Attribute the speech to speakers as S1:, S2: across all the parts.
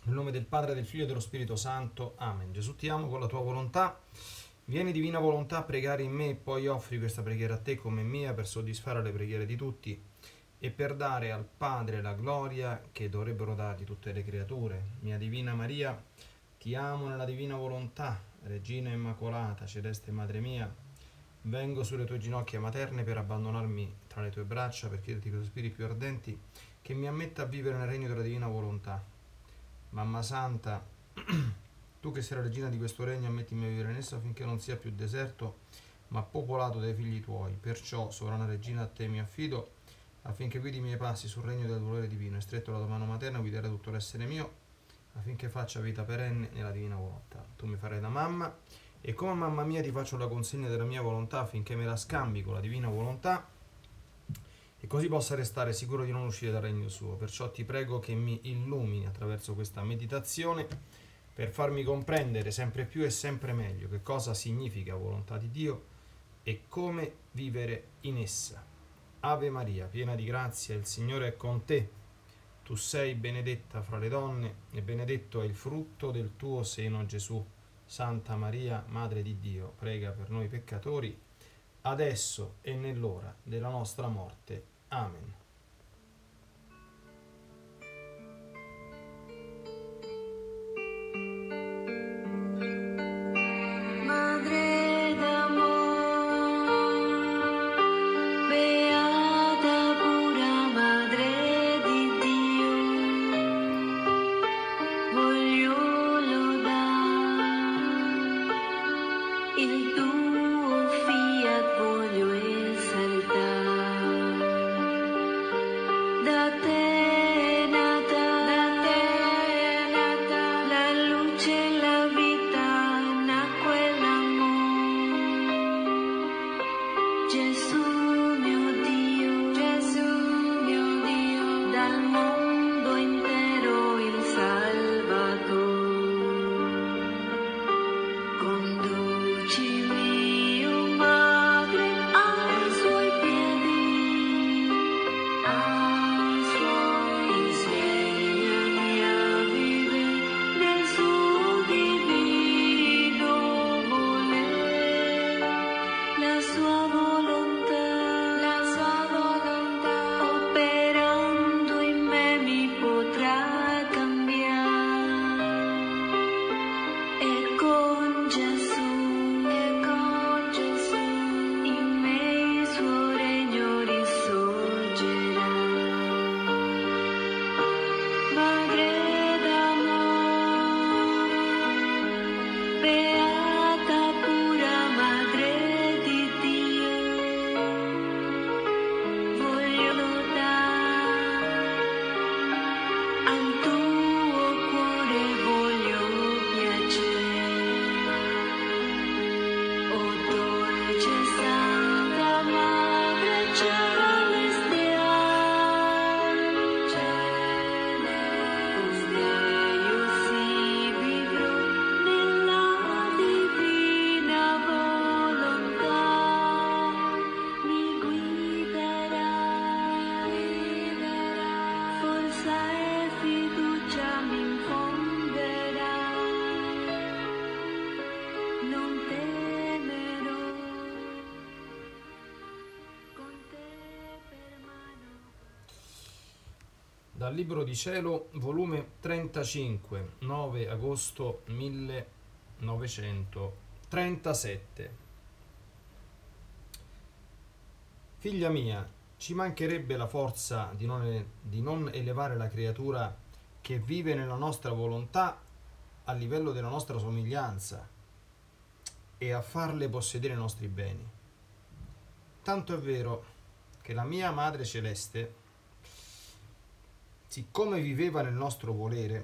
S1: Nel nome del Padre, del Figlio e dello Spirito Santo. Amen. Gesù, ti amo con la tua volontà. Vieni, divina volontà, a pregare in me e poi offri questa preghiera a te come mia per soddisfare le preghiere di tutti e per dare al Padre la gloria che dovrebbero dargli tutte le creature. Mia Divina Maria, ti amo nella divina volontà, Regina Immacolata, Celeste Madre mia. Vengo sulle tue ginocchia materne per abbandonarmi tra le tue braccia, per chiederti con i spiriti più ardenti che mi ammetta a vivere nel regno della divina volontà. Mamma Santa, tu che sei la regina di questo regno, ammettimi a vivere in esso affinché non sia più deserto, ma popolato dai figli tuoi. Perciò, sovrana regina, a te mi affido, affinché guidi i miei passi sul regno del volere divino, e stretto la tua mano materna guiderai tutto l'essere mio, affinché faccia vita perenne nella divina volontà. Tu mi farai da mamma, e come mamma mia ti faccio la consegna della mia volontà, affinché me la scambi con la divina volontà, e così possa restare sicuro di non uscire dal regno suo. Perciò ti prego che mi illumini attraverso questa meditazione per farmi comprendere sempre più e sempre meglio che cosa significa volontà di Dio e come vivere in essa. Ave Maria, piena di grazia, il Signore è con te. Tu sei benedetta fra le donne e benedetto è il frutto del tuo seno, Gesù. Santa Maria, Madre di Dio, prega per noi peccatori, adesso e nell'ora della nostra morte. Amen.
S2: Madre d'amor, beata pura Madre di Dio, voglio lodare il tuo fiat, voglio esaltare. Da te è nata la luce e la vita, nacque l'amore. Gesù mio Dio, dal mondo intero il Salvatore. Conducimi, o Madre, ai suoi piedi, insegnami a vivere nel suo divino volere, la sua volontà, operando in me mi potrà cambiare. E con Gesù, in me il suo regno risorgerà. Madre d'amore, beata pura Madre di Dio, voglio lodare al tuo cuore, voglio piacere. O dolce Santa Madre celestial, con te io sì vivrò nella divina volontà. Mi guiderai, forza e fiducia mi infonderai. Non temerò, con te permano.
S1: Dal Libro di Cielo, volume 35, 9 agosto 1937. Figlia mia, ci mancherebbe la forza di non elevare la creatura che vive nella nostra volontà a livello della nostra somiglianza e a farle possedere i nostri beni. Tanto è vero che la mia Madre Celeste, siccome viveva nel nostro volere,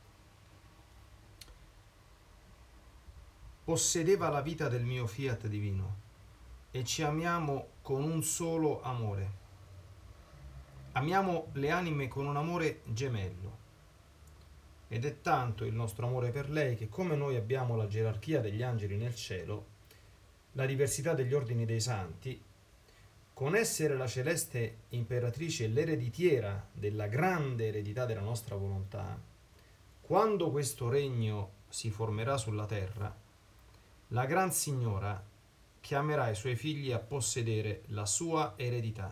S1: possedeva la vita del mio fiat divino e ci amiamo con un solo amore. Amiamo le anime con un amore gemello. Ed è tanto il nostro amore per lei che, come noi abbiamo la gerarchia degli angeli nel cielo, la diversità degli ordini dei santi, con essere la celeste imperatrice l'ereditiera della grande eredità della nostra volontà, Quando questo regno si formerà sulla terra, la Gran Signora chiamerà i suoi figli a possedere la sua eredità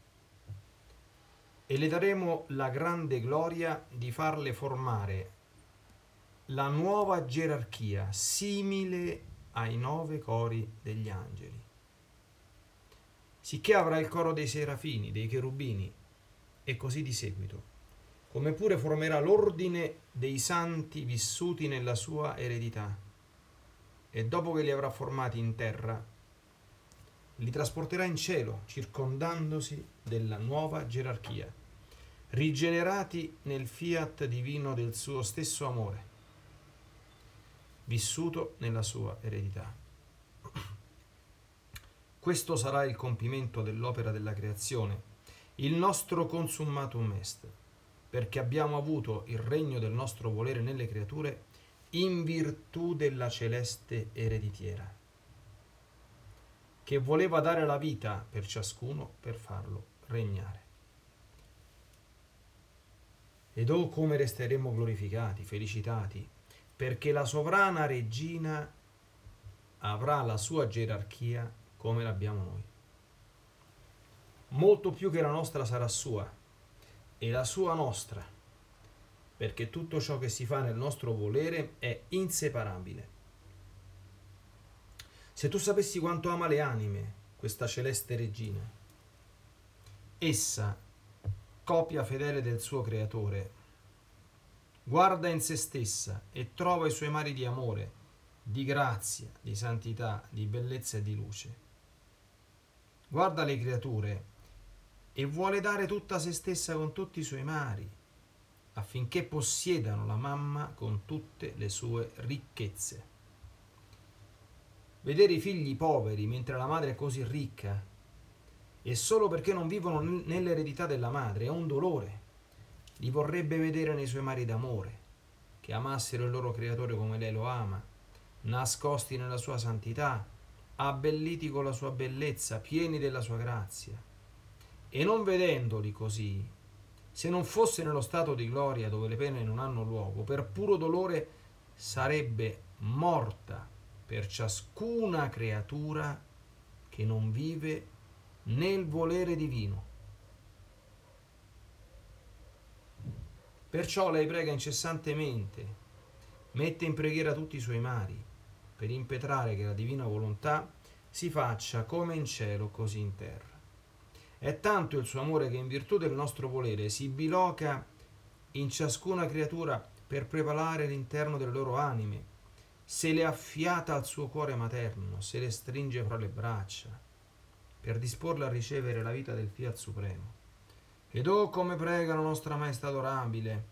S1: e le daremo la grande gloria di farle formare la nuova gerarchia simile ai 9 cori degli angeli, sicché avrà il coro dei serafini, dei cherubini e così di seguito, come pure formerà l'ordine dei santi vissuti nella sua eredità, e dopo che li avrà formati in terra li trasporterà in cielo, circondandosi della nuova gerarchia, rigenerati nel fiat divino del suo stesso amore, vissuto nella sua eredità. Questo sarà il compimento dell'opera della creazione, il nostro consummatum est, perché abbiamo avuto il regno del nostro volere nelle creature in virtù della celeste ereditiera, che voleva dare la vita per ciascuno per farlo regnare. Ed oh come resteremo glorificati, felicitati, perché la sovrana regina avrà la sua gerarchia come l'abbiamo noi. Molto più che la nostra sarà sua e la sua nostra, perché tutto ciò che si fa nel nostro volere è inseparabile. Se tu sapessi quanto ama le anime questa celeste regina, essa, copia fedele del suo creatore, guarda in se stessa e trova i suoi mari di amore, di grazia, di santità, di bellezza e di luce. Guarda le creature e vuole dare tutta se stessa con tutti i suoi mari, affinché possiedano la mamma con tutte le sue ricchezze. Vedere i figli poveri mentre la madre è così ricca, e solo perché non vivono nell'eredità della madre, è un dolore. Li vorrebbe vedere nei suoi mari d'amore, che amassero il loro creatore come lei lo ama, nascosti nella sua santità, abbelliti con la sua bellezza, pieni della sua grazia. E non vedendoli così, se non fosse nello stato di gloria dove le pene non hanno luogo, per puro dolore sarebbe morta per ciascuna creatura che non vive nel volere divino. Perciò lei prega incessantemente, mette in preghiera tutti i suoi mari, per impetrare che la divina volontà si faccia come in cielo così in terra. È tanto il suo amore che in virtù del nostro volere si biloca in ciascuna creatura per preparare l'interno delle loro anime, se le affiata al suo cuore materno, se le stringe fra le braccia, per disporle a ricevere la vita del Fiat Supremo. Ed oh come prega la nostra Maestà adorabile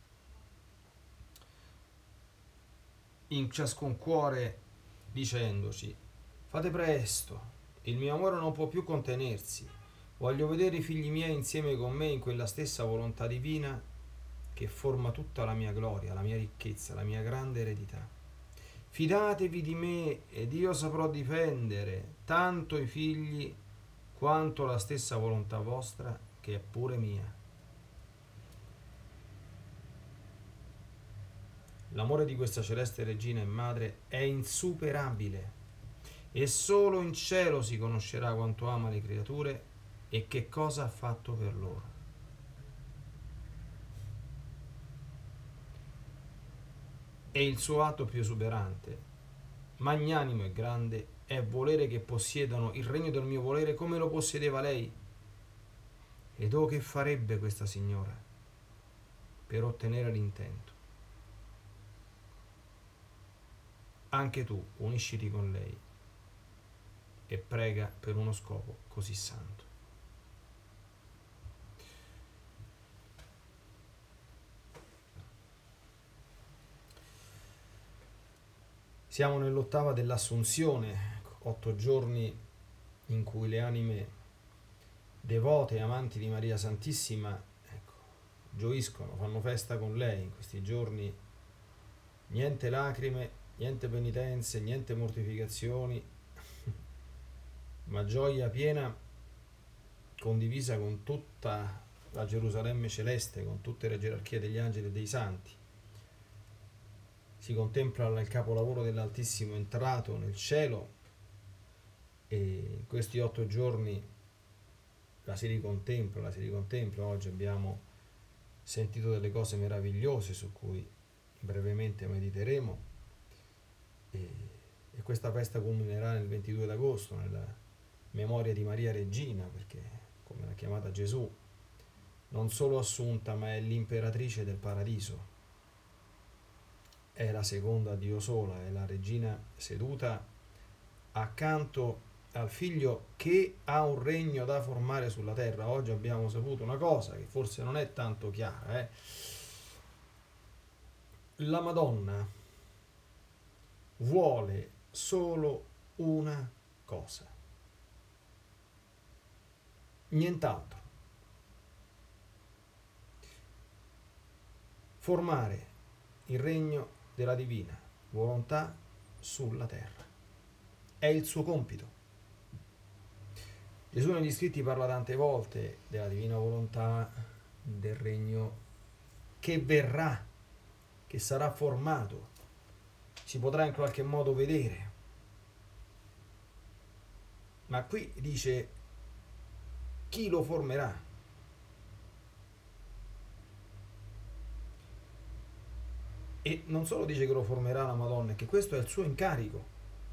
S1: in ciascun cuore, dicendoci: fate presto, il mio amore non può più contenersi, voglio vedere i figli miei insieme con me in quella stessa volontà divina che forma tutta la mia gloria, la mia ricchezza, la mia grande eredità. Fidatevi di me ed io saprò difendere tanto i figli quanto la stessa volontà vostra, che è pure mia. L'amore di questa celeste regina e madre è insuperabile e solo in cielo si conoscerà quanto ama le creature e che cosa ha fatto per loro. E il suo atto più esuberante, magnanimo e grande, è volere che possiedano il regno del mio volere come lo possedeva lei. Ed oh che farebbe questa signora per ottenere l'intento. Anche tu unisciti con lei e prega per uno scopo così santo. Siamo nell'ottava dell'Assunzione, 8 giorni in cui le anime devote e amanti di Maria Santissima, gioiscono, fanno festa con lei in questi giorni. Niente lacrime, niente penitenze, niente mortificazioni, ma gioia piena condivisa con tutta la Gerusalemme celeste, con tutte le gerarchie degli angeli e dei santi. si contempla il capolavoro dell'Altissimo entrato nel cielo, e in questi 8 giorni la si ricontempla. Oggi abbiamo sentito delle cose meravigliose su cui brevemente mediteremo, e questa festa culminerà nel 22 d'agosto nella memoria di Maria Regina, perché come l'ha chiamata Gesù, non solo assunta ma è l'imperatrice del paradiso, è la seconda a Dio sola, è la regina seduta accanto al figlio che ha un regno da formare sulla terra. Oggi abbiamo saputo una cosa che forse non è tanto chiara. La Madonna vuole solo una cosa, nient'altro: formare il regno della divina volontà sulla terra. È il suo compito. Gesù negli scritti parla tante volte della divina volontà, del regno che verrà, che sarà formato, si potrà in qualche modo vedere. Ma qui dice chi lo formerà. E non solo dice che lo formerà la Madonna, è che questo è il suo incarico.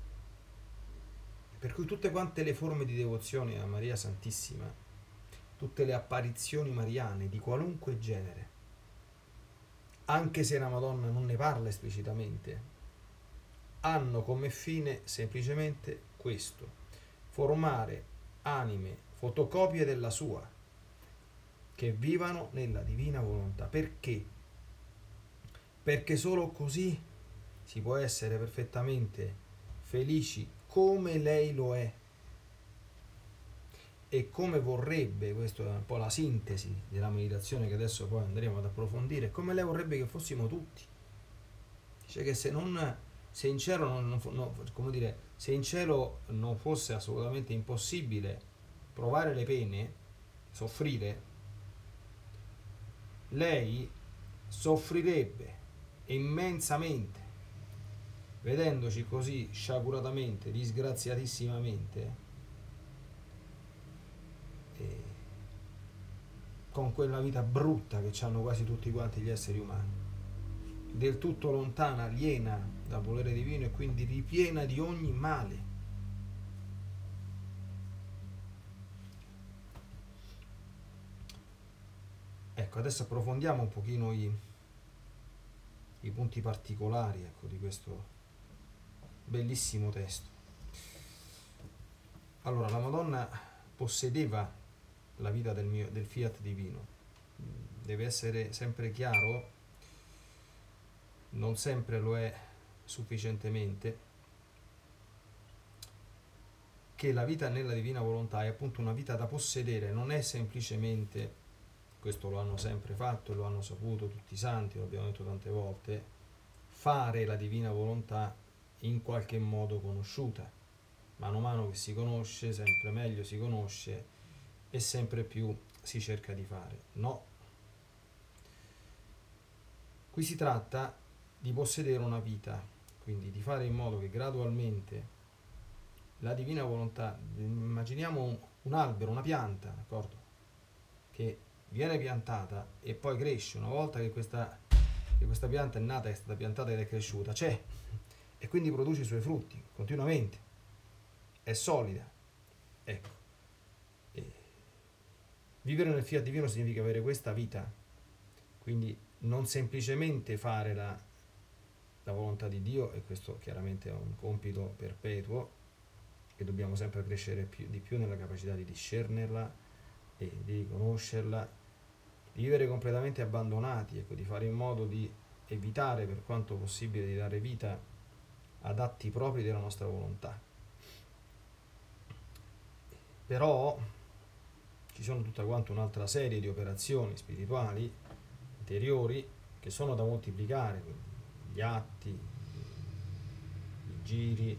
S1: Per cui tutte quante le forme di devozione a Maria Santissima, tutte le apparizioni mariane di qualunque genere, anche se la Madonna non ne parla esplicitamente, hanno come fine semplicemente questo: formare anime fotocopie della sua, che vivano nella divina volontà. Perché? Perché solo così si può essere perfettamente felici come lei lo è e come vorrebbe. Questa è un po' la sintesi della meditazione che adesso poi andremo ad approfondire: come lei vorrebbe che fossimo tutti. Dice che se in cielo se in cielo non fosse assolutamente impossibile provare le pene, soffrire, lei soffrirebbe immensamente vedendoci così sciaguratamente, disgraziatissimamente, con quella vita brutta che hanno quasi tutti quanti gli esseri umani, del tutto lontana, aliena dal volere divino e quindi ripiena di ogni male. Ecco, adesso approfondiamo un pochino i punti particolari, ecco, di questo bellissimo testo. Allora, la Madonna possedeva la vita del fiat divino. Deve essere sempre chiaro, non sempre lo è sufficientemente, che la vita nella divina volontà è appunto una vita da possedere, non è semplicemente, questo lo hanno sempre fatto e lo hanno saputo tutti i santi, lo abbiamo detto tante volte, fare la divina volontà in qualche modo conosciuta. Mano a mano che si conosce, sempre meglio si conosce e sempre più si cerca di fare. No. Qui si tratta di possedere una vita, quindi di fare in modo che gradualmente la divina volontà, immaginiamo un albero, una pianta, d'accordo? Che viene piantata e poi cresce. Una volta che questa pianta è nata, è stata piantata ed è cresciuta, c'è, e quindi produce i suoi frutti continuamente, è solida. Ecco, e vivere nel fiat divino significa avere questa vita, quindi non semplicemente fare la volontà di Dio, e questo chiaramente è un compito perpetuo e dobbiamo sempre crescere di più nella capacità di discernerla e di riconoscerla, di vivere completamente abbandonati, ecco, di fare in modo di evitare per quanto possibile di dare vita ad atti propri della nostra volontà. Però ci sono tutta quanta un'altra serie di operazioni spirituali interiori che sono da moltiplicare, quindi gli atti, i giri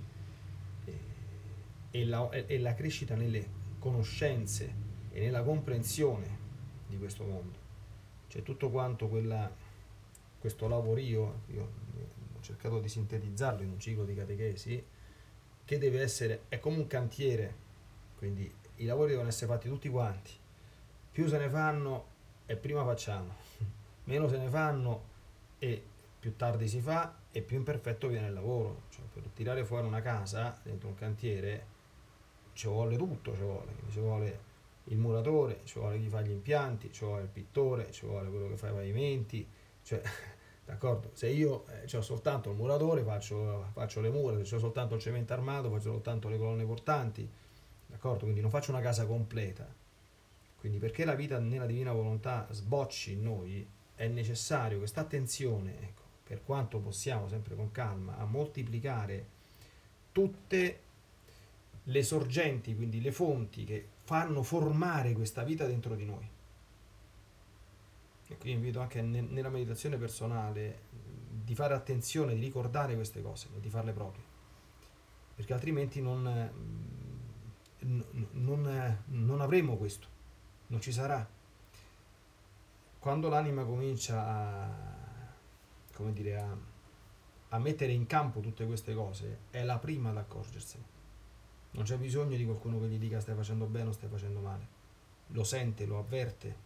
S1: e la crescita nelle conoscenze e nella comprensione di questo mondo. C'è tutto quanto questo lavorio, io cercato di sintetizzarlo in un ciclo di catechesi, che deve essere, è come un cantiere, quindi i lavori devono essere fatti tutti quanti, più se ne fanno e prima facciamo, meno se ne fanno e più tardi si fa e più imperfetto viene il lavoro. Cioè, per tirare fuori una casa dentro un cantiere ci vuole tutto, ci vuole il muratore, ci vuole chi fa gli impianti, ci vuole il pittore, ci vuole quello che fa i pavimenti, cioè, d'accordo? Se io ho soltanto il muratore, faccio le mura, se ho soltanto il cemento armato, faccio soltanto le colonne portanti, d'accordo? Quindi non faccio una casa completa. Quindi perché la vita nella divina volontà sbocci in noi, è necessario questa attenzione, ecco, per quanto possiamo, sempre con calma, a moltiplicare tutte le sorgenti, quindi le fonti che fanno formare questa vita dentro di noi. E qui invito anche nella meditazione personale di fare attenzione, di ricordare queste cose e di farle proprie, perché altrimenti non avremo questo, non ci sarà. Quando l'anima comincia come dire, a mettere in campo tutte queste cose, è la prima ad accorgersene. Non c'è bisogno di qualcuno che gli dica stai facendo bene o stai facendo male. Lo sente, lo avverte,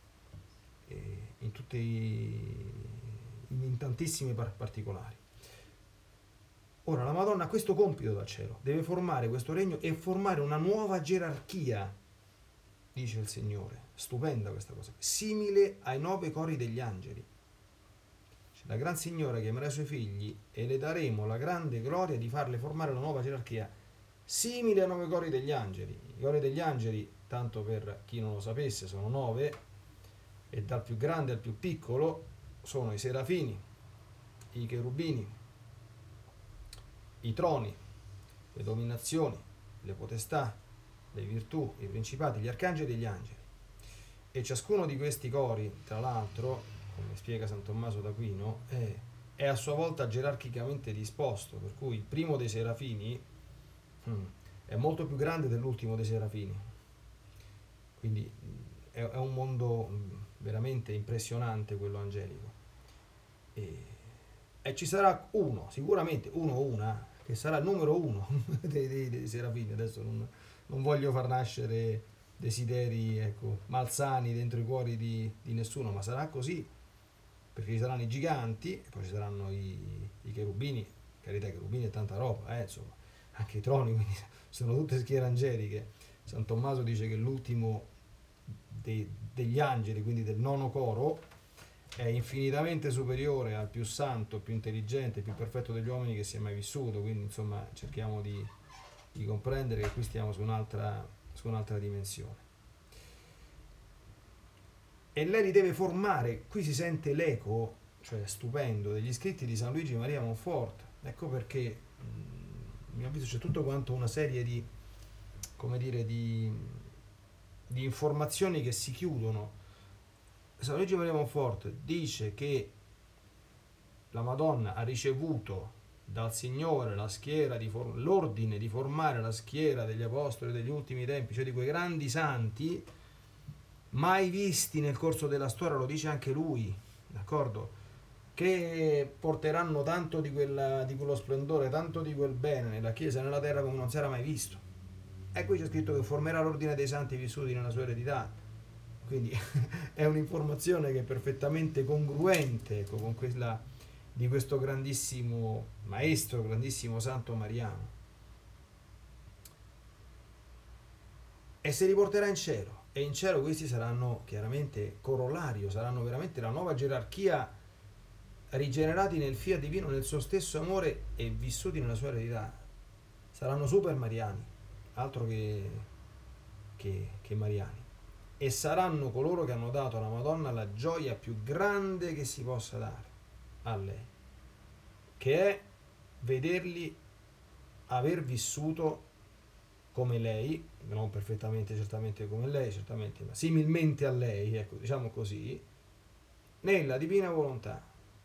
S1: in tantissimi particolari. Ora la Madonna ha questo compito dal cielo, deve formare questo regno e formare una nuova gerarchia, dice il Signore. Stupenda questa cosa, simile ai 9 cori degli angeli. La Gran Signora chiamerà i suoi figli e le daremo la grande gloria di farle formare una nuova gerarchia simile ai 9 cori degli angeli. I cori degli angeli, tanto per chi non lo sapesse, sono 9, e dal più grande al più piccolo sono i serafini, i cherubini, i troni, le dominazioni, le potestà, le virtù, i principati, gli arcangeli e gli angeli. E ciascuno di questi cori, tra l'altro, come spiega San Tommaso d'Aquino, è a sua volta gerarchicamente disposto, per cui il primo dei serafini è molto più grande dell'ultimo dei serafini. Quindi è un mondo veramente impressionante quello angelico. E ci sarà uno, sicuramente uno o una, che sarà il numero uno dei serafini. Adesso non voglio far nascere desideri, ecco, malsani dentro i cuori di nessuno, ma sarà così, perché ci saranno i giganti, e poi ci saranno i cherubini, carità, i cherubini è tanta roba, insomma, anche i troni, quindi sono tutte schiere angeliche. San Tommaso dice che l'ultimo degli angeli, quindi del nono coro, è infinitamente superiore al più santo, più intelligente, più perfetto degli uomini che sia mai vissuto. Quindi insomma cerchiamo di comprendere che qui stiamo su un'altra dimensione. E lei li deve formare. Qui si sente l'eco, cioè stupendo, degli scritti di San Luigi Maria Monfort. Ecco perché a mio avviso c'è tutto quanto una serie di, come dire, di informazioni che si chiudono. San Luigi Maria Monfort dice che la Madonna ha ricevuto dal Signore la schiera l'ordine di formare la schiera degli apostoli degli ultimi tempi, cioè di quei grandi santi mai visti nel corso della storia, lo dice anche lui, d'accordo? Che porteranno tanto di quello splendore, tanto di quel bene nella Chiesa e nella terra come non si era mai visto. E qui c'è scritto che formerà l'ordine dei santi vissuti nella sua eredità. Quindi è un'informazione che è perfettamente congruente, ecco, con quella di questo grandissimo maestro, grandissimo santo mariano. E se li porterà in cielo. E in cielo questi saranno chiaramente corollario, saranno veramente la nuova gerarchia, rigenerati nel fiat divino, nel suo stesso amore e vissuti nella sua eredità. Saranno super mariani, altro che mariani. E saranno coloro che hanno dato alla Madonna la gioia più grande che si possa dare a lei, che è vederli aver vissuto come lei, non perfettamente certamente come lei, certamente, ma similmente a lei, ecco, diciamo così, nella divina volontà.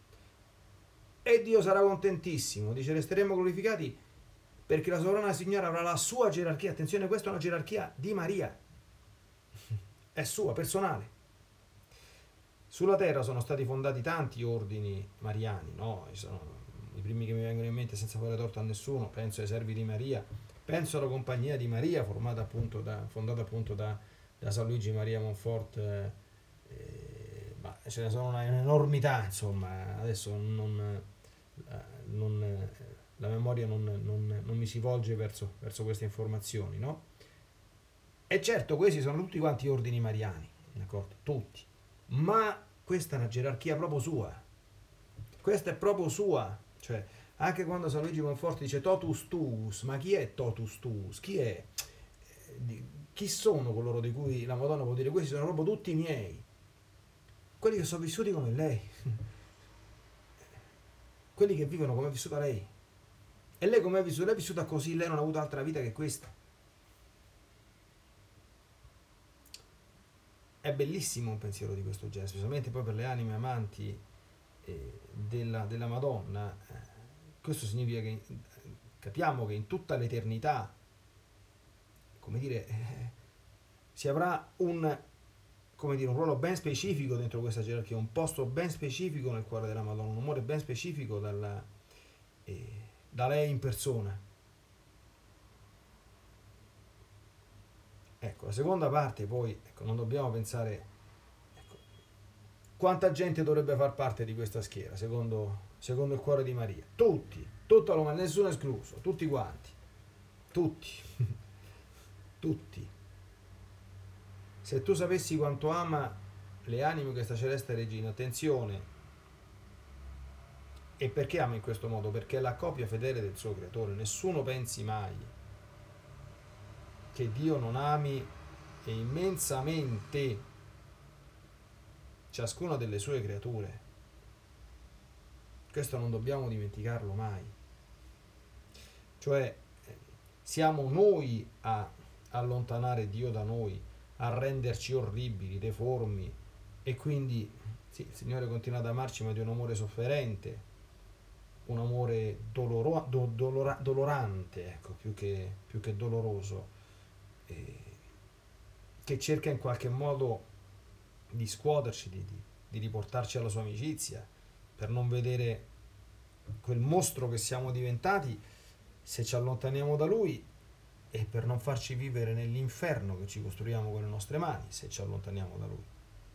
S1: E Dio sarà contentissimo, dice, resteremo glorificati perché la sovrana Signora avrà la sua gerarchia. Attenzione, questa è una gerarchia di Maria, è sua, personale. Sulla terra sono stati fondati tanti ordini mariani, no? Ci sono i primi che mi vengono in mente senza fare torto a nessuno, penso ai servi di Maria, penso alla Compagnia di Maria, fondata appunto da San Luigi Maria Monfort, ma ce ne sono un'enormità, insomma, adesso la memoria non mi si volge verso queste informazioni, no? E certo, questi sono tutti quanti ordini mariani, d'accordo? Tutti. Ma questa è una gerarchia proprio sua. Questa è proprio sua. Cioè, anche quando San Luigi Monforte dice totus tuus, ma chi è totus tuus? Chi è? Chi sono coloro di cui la Madonna può dire questi sono proprio tutti miei? Quelli che sono vissuti come lei. Quelli che vivono come è vissuta lei. E lei come è vissuta? Lei è vissuta così, lei non ha avuto altra vita che questa. È bellissimo un pensiero di questo genere, specialmente poi per le anime amanti della Madonna. Questo significa che capiamo che in tutta l'eternità, come dire, si avrà un ruolo ben specifico dentro questa gerarchia, un posto ben specifico nel cuore della Madonna, un amore ben specifico da lei in persona. Ecco, la seconda parte poi, ecco, non dobbiamo pensare, ecco, quanta gente dovrebbe far parte di questa schiera, secondo il cuore di Maria. Tutti, tutta l'umanità, nessuno escluso, tutti quanti, tutti, tutti. Se tu sapessi quanto ama le anime di questa celeste regina, attenzione, e perché ama in questo modo? Perché è la copia fedele del suo creatore. Nessuno pensi mai che Dio non ami immensamente ciascuna delle sue creature. Questo non dobbiamo dimenticarlo mai. Cioè, siamo noi a allontanare Dio da noi, a renderci orribili, deformi, e quindi sì, il Signore continua ad amarci, ma di un amore sofferente, un amore dolorante, ecco, più che doloroso, che cerca in qualche modo di scuoterci, di riportarci alla sua amicizia, per non vedere quel mostro che siamo diventati se ci allontaniamo da Lui, e per non farci vivere nell'inferno che ci costruiamo con le nostre mani se ci allontaniamo da Lui.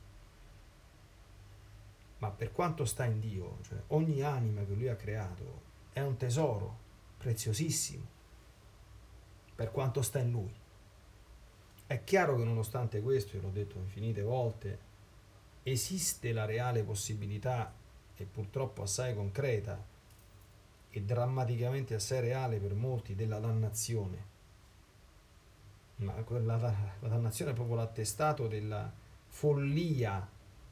S1: Ma per quanto sta in Dio, cioè ogni anima che Lui ha creato è un tesoro preziosissimo, per quanto sta in Lui. È chiaro che nonostante questo, io l'ho detto infinite volte, esiste la reale possibilità, e purtroppo assai concreta e drammaticamente assai reale per molti, della dannazione. Ma la dannazione è proprio l'attestato della follia,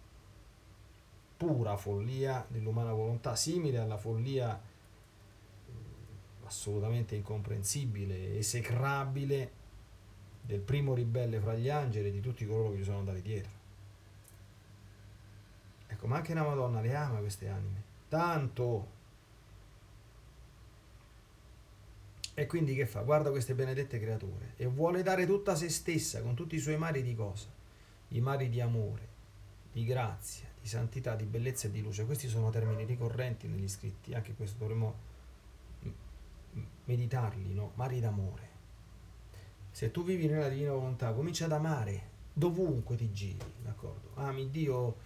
S1: pura follia dell'umana volontà, simile alla follia assolutamente incomprensibile, esecrabile del primo ribelle fra gli angeli e di tutti coloro che gli sono andati dietro. Ecco, ma anche la Madonna le ama queste anime, tanto. E quindi che fa? Guarda queste benedette creature e vuole dare tutta se stessa con tutti i suoi mari di cosa? I mari di amore, di grazia, di santità, di bellezza e di luce. Questi sono termini ricorrenti negli scritti, anche questo dovremmo meditarli, no? Mari d'amore. Se tu vivi nella divina volontà, comincia ad amare dovunque ti giri, d'accordo? Ami Dio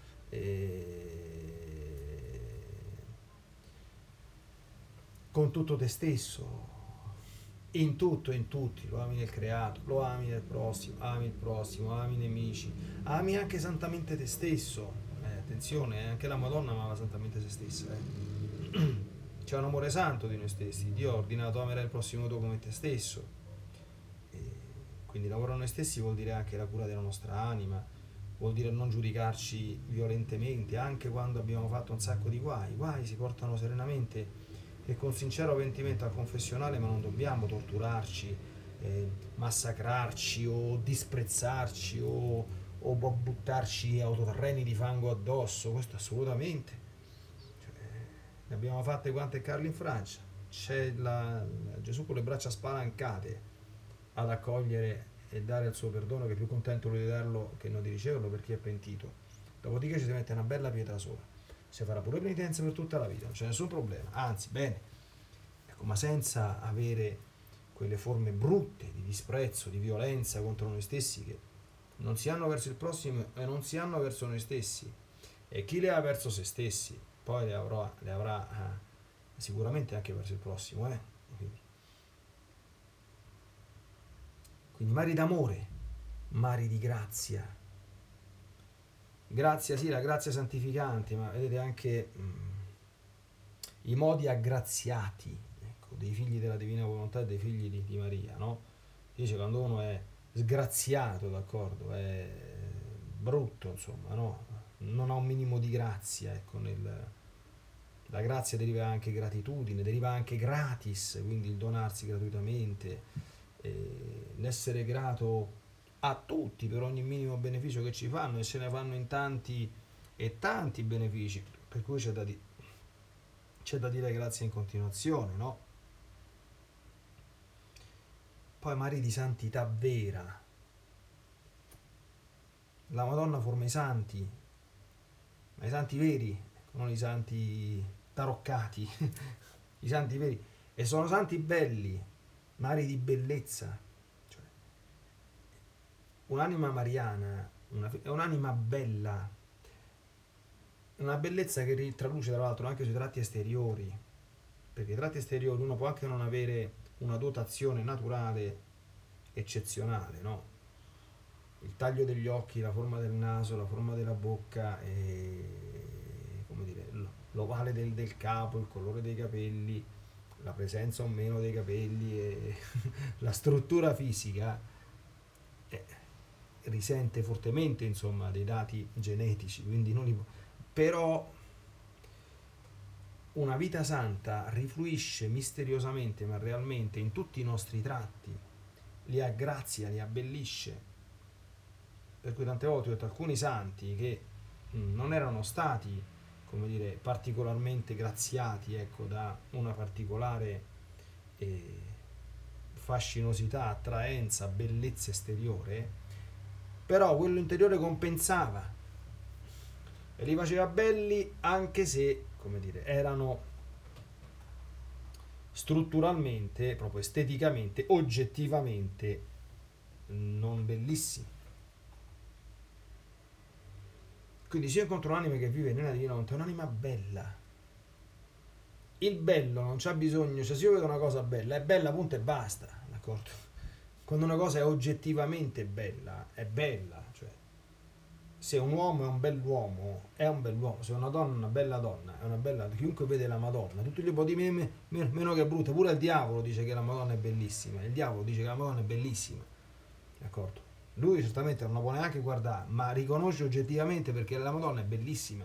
S1: con tutto te stesso, in tutto e in tutti, lo ami nel creato, lo ami nel prossimo, ami il prossimo, ami i nemici, ami anche santamente te stesso. Attenzione, anche la Madonna amava santamente se stessa. C'è un amore santo di noi stessi. Dio ha ordinato amerai il prossimo tuo come te stesso. Quindi lavorare a noi stessi vuol dire anche la cura della nostra anima, vuol dire non giudicarci violentemente, anche quando abbiamo fatto un sacco di guai. Guai si portano serenamente e con sincero pentimento al confessionale, ma non dobbiamo torturarci, massacrarci o disprezzarci o buttarci autoterreni di fango addosso. Questo assolutamente. Cioè, ne abbiamo fatte quante Carli in Francia. C'è Gesù con le braccia spalancate ad accogliere e dare il suo perdono, che è più contento lui di darlo che non di riceverlo per chi è pentito. Dopodiché ci si mette una bella pietra sola. si farà pure penitenza per tutta la vita, non c'è nessun problema, anzi, bene, ecco, ma senza avere quelle forme brutte di disprezzo, di violenza contro noi stessi che non si hanno verso il prossimo e non si hanno verso noi stessi. E chi le ha verso se stessi, poi le avrà sicuramente anche verso il prossimo. Quindi mari d'amore, mari di grazia. Grazia, sì, la grazia santificante, ma vedete anche i modi aggraziati, ecco, dei figli della divina volontà e dei figli di Maria, no? Dice quando uno è sgraziato, d'accordo, è brutto, insomma, no? Non ha un minimo di grazia, ecco, la grazia deriva anche gratitudine, deriva anche gratis, quindi il donarsi gratuitamente, l'essere grato a tutti per ogni minimo beneficio che ci fanno, e se ne fanno in tanti e tanti benefici, per cui c'è da dire grazie in continuazione, no? Poi mari di santità vera. La Madonna forma i santi, ma i santi veri, ecco, non i santi taroccati, i santi veri, e sono santi belli, mari di bellezza. Cioè, un'anima mariana è un'anima bella, una bellezza che traluce tra l'altro anche sui tratti esteriori, perché i tratti esteriori uno può anche non avere una dotazione naturale eccezionale, no? Il taglio degli occhi, la forma del naso, la forma della bocca, come dire, l'ovale del capo, il colore dei capelli, la presenza o meno dei capelli e la struttura fisica risente fortemente, insomma, dei dati genetici, quindi non li, però una vita santa rifluisce misteriosamente ma realmente in tutti i nostri tratti, li aggrazia, li abbellisce. Per cui tante volte ho detto alcuni santi che non erano stati, come dire, particolarmente graziati, ecco, da una particolare fascinosità, attraenza, bellezza esteriore, però quello interiore compensava e li faceva belli anche se, come dire, erano strutturalmente, proprio esteticamente, oggettivamente non bellissimi. Quindi se io incontro un'anima che vive nella divina volontà, è un'anima bella. Il bello non c'ha bisogno, cioè se io vedo una cosa bella, è bella, punto e basta, d'accordo? Quando una cosa è oggettivamente bella, è bella, cioè se un uomo è un bell'uomo, è un bell'uomo, se una donna è una bella donna, è una bella, chiunque vede la Madonna, tutti gli può dire meno che è brutta, pure il diavolo dice che la Madonna è bellissima, il diavolo dice che la Madonna è bellissima, d'accordo? Lui certamente non la può neanche guardare, ma riconosce oggettivamente perché la Madonna è bellissima.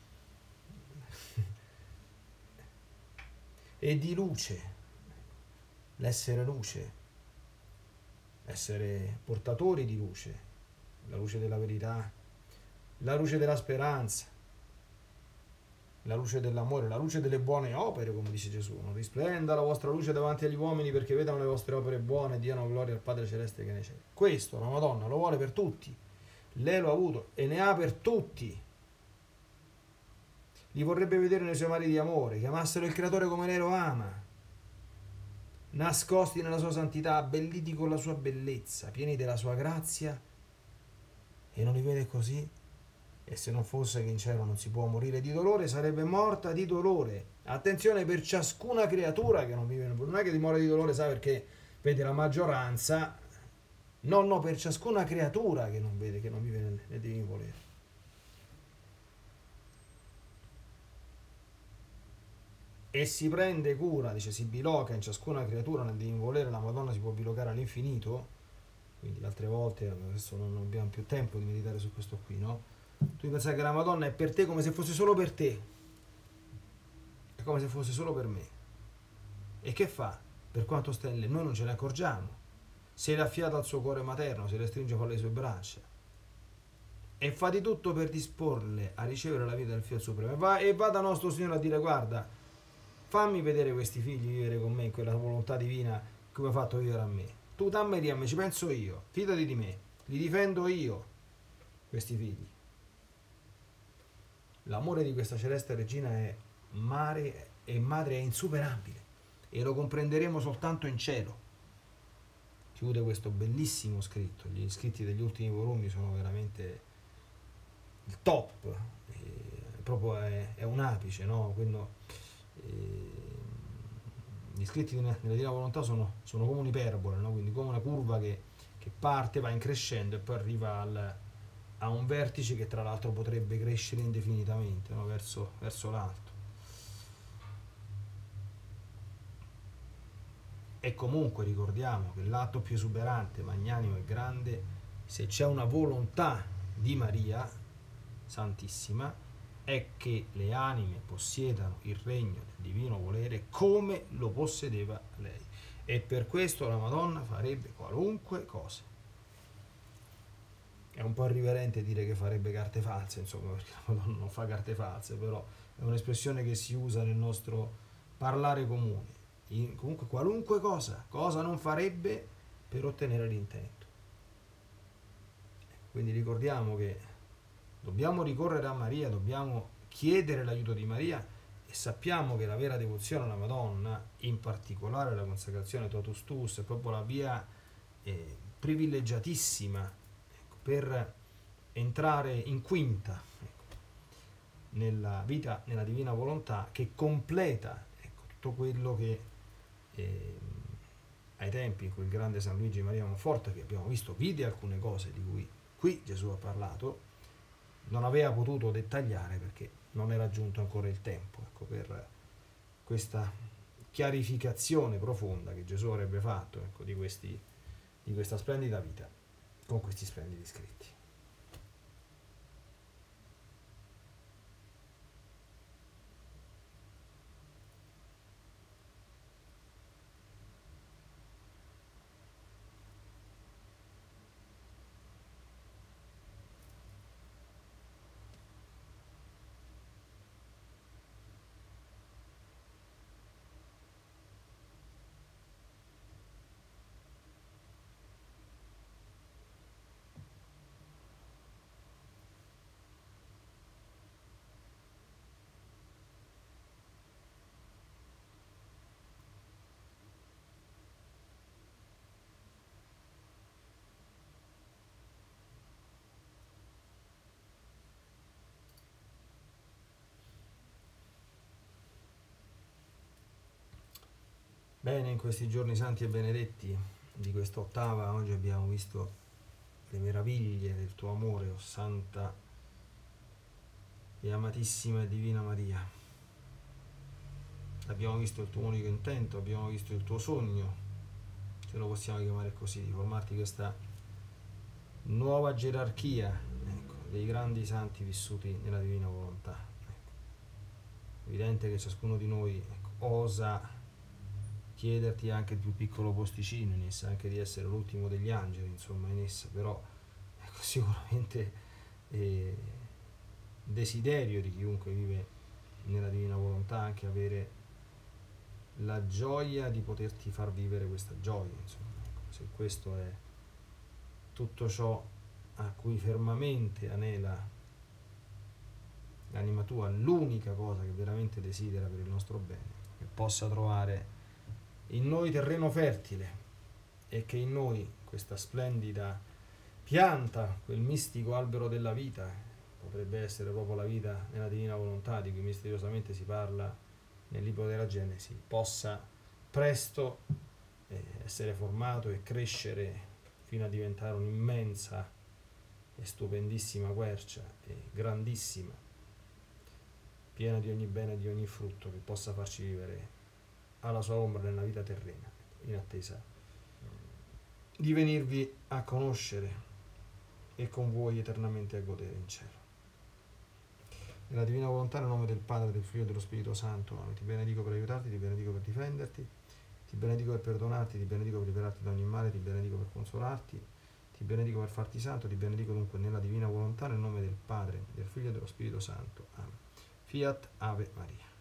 S1: E di luce, l'essere luce, essere portatori di luce, la luce della verità, la luce della speranza, la luce dell'amore, la luce delle buone opere, come dice Gesù. Non risplenda la vostra luce davanti agli uomini perché vedano le vostre opere buone e diano gloria al Padre Celeste che ne c'è. Questo la Madonna lo vuole per tutti. Lei lo ha avuto e ne ha per tutti. Li vorrebbe vedere nei suoi mari di amore, che amassero il Creatore come lei lo ama, nascosti nella sua santità, abbelliti con la sua bellezza, pieni della sua grazia, e non li vede così? E se non fosse che in cielo non si può morire di dolore, sarebbe morta di dolore. Attenzione, per ciascuna creatura che non vive, non è che dimora di dolore, sa, perché vede la maggioranza, no, per ciascuna creatura che non vede, che non vive nel divino volere. E si prende cura, dice, si biloca in ciascuna creatura nel divino volere. La Madonna si può bilocare all'infinito, quindi altre volte, adesso non abbiamo più tempo di meditare su questo qui, no? Tu pensi che la Madonna è per te come se fosse solo per te, è come se fosse solo per me. E che fa? Per quanto sta in lei, noi non ce ne accorgiamo. Se l'è affiata al suo cuore materno, se le stringe con le sue braccia e fa di tutto per disporle a ricevere la vita del Figlio Supremo, e va da nostro Signore a dire: guarda, fammi vedere questi figli vivere con me in quella volontà divina come hai fatto vivere a me. Tu dammeli a me, ci penso io, fidati di me, li difendo io, questi figli. L'amore di questa celeste regina è mare e madre, è insuperabile, e lo comprenderemo soltanto in cielo. Chiude questo bellissimo scritto. Gli scritti degli ultimi volumi sono veramente il top, proprio è un apice, no? Gli scritti nella Divina Volontà sono come un'iperbole, no? Quindi come una curva che parte, va in crescendo e poi arriva a un vertice che tra l'altro potrebbe crescere indefinitamente, no? verso l'alto. E comunque ricordiamo che l'atto più esuberante, magnanimo e grande, se c'è una volontà di Maria Santissima, è che le anime possiedano il regno del divino volere come lo possedeva lei. E per questo la Madonna farebbe qualunque cosa. È un po' irriverente dire che farebbe carte false, insomma, perché la Madonna non fa carte false, però è un'espressione che si usa nel nostro parlare comune. Comunque qualunque cosa non farebbe per ottenere l'intento. Quindi ricordiamo che dobbiamo ricorrere a Maria, dobbiamo chiedere l'aiuto di Maria, e sappiamo che la vera devozione alla Madonna, in particolare la consacrazione totus tuus, è proprio la via privilegiatissima, ecco, per entrare in quinta, ecco, nella vita, nella divina volontà, che completa, ecco, tutto quello che ai tempi in cui il grande San Luigi Maria Monforte, che abbiamo visto, vide alcune cose di cui qui Gesù ha parlato, non aveva potuto dettagliare perché non era giunto ancora il tempo, ecco, per questa chiarificazione profonda che Gesù avrebbe fatto, ecco, di questa splendida vita con questi splendidi scritti. Bene, in questi giorni santi e benedetti di quest'ottava, oggi abbiamo visto le meraviglie del tuo amore, o Santa e amatissima e divina Maria. Abbiamo visto il tuo unico intento, abbiamo visto il tuo sogno, se lo possiamo chiamare così, di formarti questa nuova gerarchia, ecco, dei grandi santi vissuti nella divina volontà. Ecco. Evidente che ciascuno di noi, ecco, osa chiederti anche il più piccolo posticino in essa, anche di essere l'ultimo degli angeli, insomma, in essa, però ecco, sicuramente desiderio di chiunque vive nella divina volontà anche avere la gioia di poterti far vivere questa gioia, insomma, ecco, se questo è tutto ciò a cui fermamente anela l'anima tua, l'unica cosa che veramente desidera per il nostro bene, che possa trovare in noi terreno fertile e che in noi questa splendida pianta, quel mistico albero della vita, potrebbe essere proprio la vita nella divina volontà di cui misteriosamente si parla nel libro della Genesi, possa presto essere formato e crescere fino a diventare un'immensa e stupendissima quercia, e grandissima, piena di ogni bene e di ogni frutto, che possa farci vivere alla sua ombra nella vita terrena, in attesa di venirvi a conoscere e con voi eternamente a godere in cielo. Nella divina volontà, nel nome del Padre, del Figlio e dello Spirito Santo, ti benedico per aiutarti, ti benedico per difenderti, ti benedico per perdonarti, ti benedico per liberarti da ogni male, ti benedico per consolarti, ti benedico per farti santo, ti benedico dunque nella divina volontà, nel nome del Padre, del Figlio e dello Spirito Santo. Amen. Fiat Ave Maria.